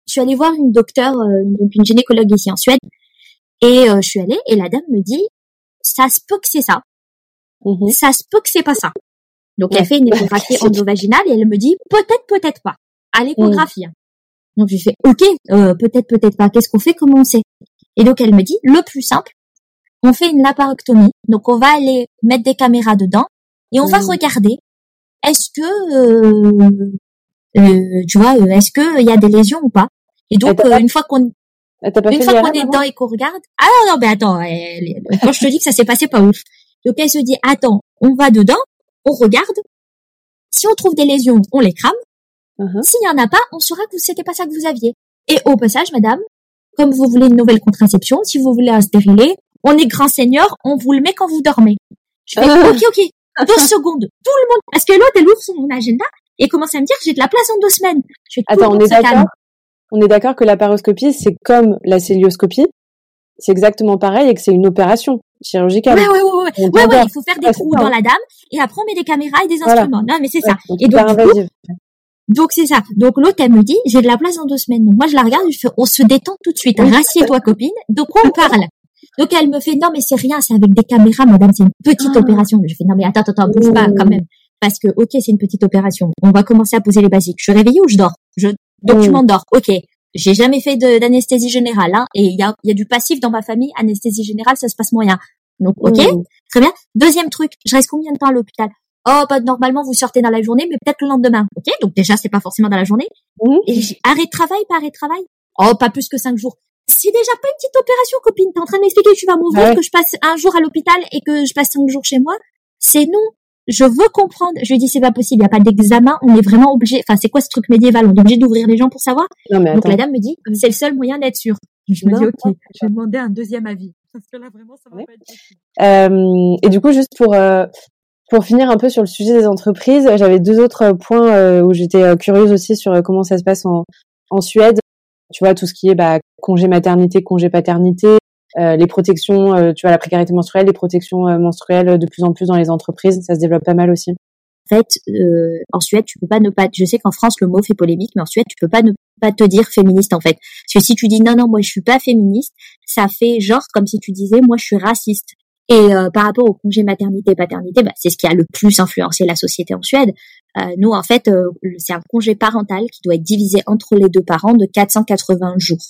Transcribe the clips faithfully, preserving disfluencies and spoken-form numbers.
je suis allée voir une docteure, euh, donc une gynécologue ici en Suède, et euh, je suis allée et la dame me dit, ça se peut que c'est ça, mm-hmm. ça se peut que c'est pas ça. Donc ouais. Elle fait une échographie endovaginale et elle me dit, peut-être, peut-être pas, à l'échographie. Mm. Donc je fais, ok, euh, peut-être, peut-être pas. Qu'est-ce qu'on fait, comment on sait? Et donc elle me dit, le plus simple, on fait une laparotomie. Donc on va aller mettre des caméras dedans et on mm. va regarder, est-ce que euh, euh, tu vois, est-ce que il y a des lésions ou pas? Et donc euh, une fois qu'on une fois qu'on est dedans et qu'on regarde, ah non non mais attends, elle, quand je te dis que ça s'est passé pas ouf. Donc elle se dit attends, on va dedans, on regarde. Si on trouve des lésions, on les crame. Uh-huh. S'il y en a pas, on saura que c'était pas ça que vous aviez. Et au passage, madame, comme vous voulez une nouvelle contraception, si vous voulez un stérilet, on est grand seigneur, on vous le met quand vous dormez. Je fais uh-huh. ok ok, deux secondes, tout le monde, parce que l'autre elle ouvre son agenda et commence à me dire j'ai de la place en deux semaines. Je fais, attends, on est d'accord. Calme. On est d'accord que la paroscopie, c'est comme la célioscopie, c'est exactement pareil et que c'est une opération chirurgicale. Ouais, ouais, ouais, ouais. ouais, ouais il faut faire des ouais, trous dans la dame et après on met des caméras et des voilà. instruments. Non, mais c'est ouais, ça. Donc et donc, du coup, donc c'est ça. Donc l'autre, elle me dit, j'ai de la place dans deux semaines. Donc moi, je la regarde, je fais, on se détend tout de suite. Rassieds-toi, copine. De quoi on parle? Donc elle me fait, non, mais c'est rien, c'est avec des caméras, madame, c'est une petite ah. opération. Je fais, non, mais attends, attends, bouge pas, quand même. Parce que, ok, c'est une petite opération. On va commencer à poser les basiques. Je suis réveillée ou je dors? Je, donc tu m'endors. Ok. J'ai jamais fait de, d'anesthésie générale, hein, et il y a, il y a du passif dans ma famille. Anesthésie générale, ça se passe moyen. Donc, ok, mmh. très bien. Deuxième truc, je reste combien de temps à l'hôpital? Oh, bah, normalement, vous sortez dans la journée, mais peut-être le lendemain. Ok, donc déjà, c'est pas forcément dans la journée. Mmh. Et j'ai arrêt de travail, pas arrêt de travail. Oh, pas plus que cinq jours. C'est déjà pas une petite opération, copine. T'es en train de m'expliquer que tu vas m'ouvrir, ouais. que je passe un jour à l'hôpital et que je passe cinq jours chez moi. C'est non. Je veux comprendre. Je lui dis, c'est pas possible. Il y a pas d'examen. On est vraiment obligé. Enfin, c'est quoi ce truc médiéval? On est obligé d'ouvrir les gens pour savoir. Non, mais donc la dame me dit, c'est le seul moyen d'être sûr. Je me non, dis, ok, non. je vais demander un deuxième avis. Parce que là, vraiment, ça va ouais. pas être possible. Euh, et du coup, juste pour, euh, pour finir un peu sur le sujet des entreprises, j'avais deux autres points euh, où j'étais euh, curieuse aussi sur euh, comment ça se passe en, en Suède. Tu vois, tout ce qui est bah, congé maternité, congé paternité, euh, les protections, euh, tu vois, la précarité menstruelle, les protections euh, menstruelles de plus en plus dans les entreprises, ça se développe pas mal aussi. En fait, euh, en Suède, tu peux pas ne pas. Je sais qu'en France, le mot fait polémique, mais en Suède, tu peux pas ne pas te dire féministe en fait. Parce que si tu dis non, non, moi je suis pas féministe, ça fait genre comme si tu disais moi je suis raciste. Et euh, par rapport au congé maternité paternité, bah, c'est ce qui a le plus influencé la société en Suède. Euh, nous, en fait, euh, c'est un congé parental qui doit être divisé entre les deux parents de quatre cent quatre-vingts jours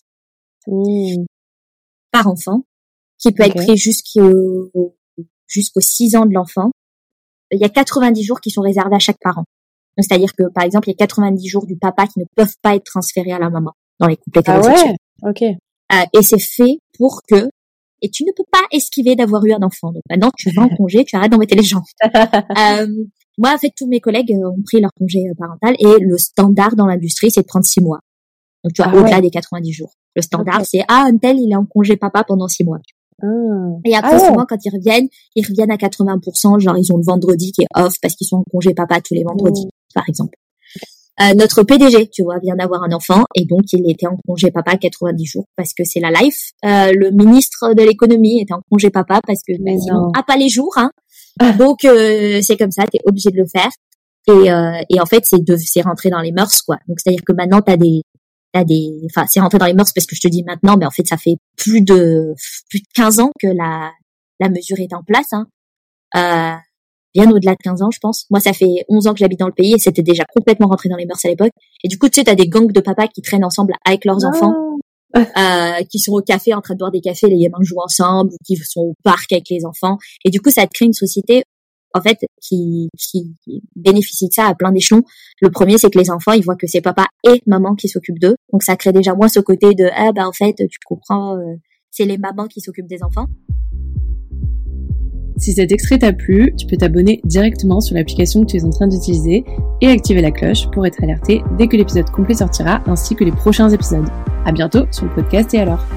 mmh. par enfant, qui peut okay. être pris jusqu'au jusqu'aux six ans de l'enfant. Il y a quatre-vingt-dix jours qui sont réservés à chaque parent. Donc, c'est-à-dire que, par exemple, il y a quatre-vingt-dix jours du papa qui ne peuvent pas être transférés à la maman dans les couples hétérosexuels. Ah ouais, ok. Euh, et c'est fait pour que, et tu ne peux pas esquiver d'avoir eu un enfant. Donc maintenant, tu vas en congé, tu arrêtes d'embêter les gens. euh, moi, en fait, tous mes collègues ont pris leur congé parental et le standard dans l'industrie, c'est de prendre six mois. Donc tu vois, ah au-delà ouais. des quatre-vingt-dix jours. Le standard, okay. c'est, ah, un tel, il est en congé papa pendant six mois. Mmh. Et après, ah ouais. souvent, quand ils reviennent, ils reviennent à quatre-vingts pour cent, genre, ils ont le vendredi qui est off parce qu'ils sont en congé papa tous les vendredis, mmh. par exemple. Euh, notre P D G, tu vois, vient d'avoir un enfant et donc il était en congé papa quatre-vingt-dix jours parce que c'est la life. Euh, le ministre de l'économie était en congé papa parce que bah, sinon, ah, pas les jours, hein. Donc, euh, c'est comme ça, t'es obligé de le faire. Et, euh, et en fait, c'est de, c'est rentré dans les mœurs, quoi. Donc, c'est-à-dire que maintenant, t'as des, t'as des, enfin, c'est rentré dans les mœurs parce que je te dis maintenant, mais en fait, ça fait plus de, plus de quinze ans que la, la mesure est en place, hein. Euh, bien au-delà de quinze ans, je pense. Moi, ça fait onze ans que j'habite dans le pays et c'était déjà complètement rentré dans les mœurs à l'époque. Et du coup, tu sais, t'as des gangs de papas qui traînent ensemble avec leurs oh. enfants, euh, qui sont au café en train de boire des cafés, les gamins jouent ensemble, ou qui sont au parc avec les enfants. Et du coup, ça te crée une société, en fait, qui, qui bénéficie de ça à plein d'échelons. Le premier, c'est que les enfants, ils voient que c'est papa et maman qui s'occupent d'eux. Donc, ça crée déjà moins ce côté de, ah, bah, en fait, tu comprends, euh, c'est les mamans qui s'occupent des enfants. Si cet extrait t'a plu, tu peux t'abonner directement sur l'application que tu es en train d'utiliser et activer la cloche pour être alerté dès que l'épisode complet sortira ainsi que les prochains épisodes. À bientôt sur le podcast Et alors ?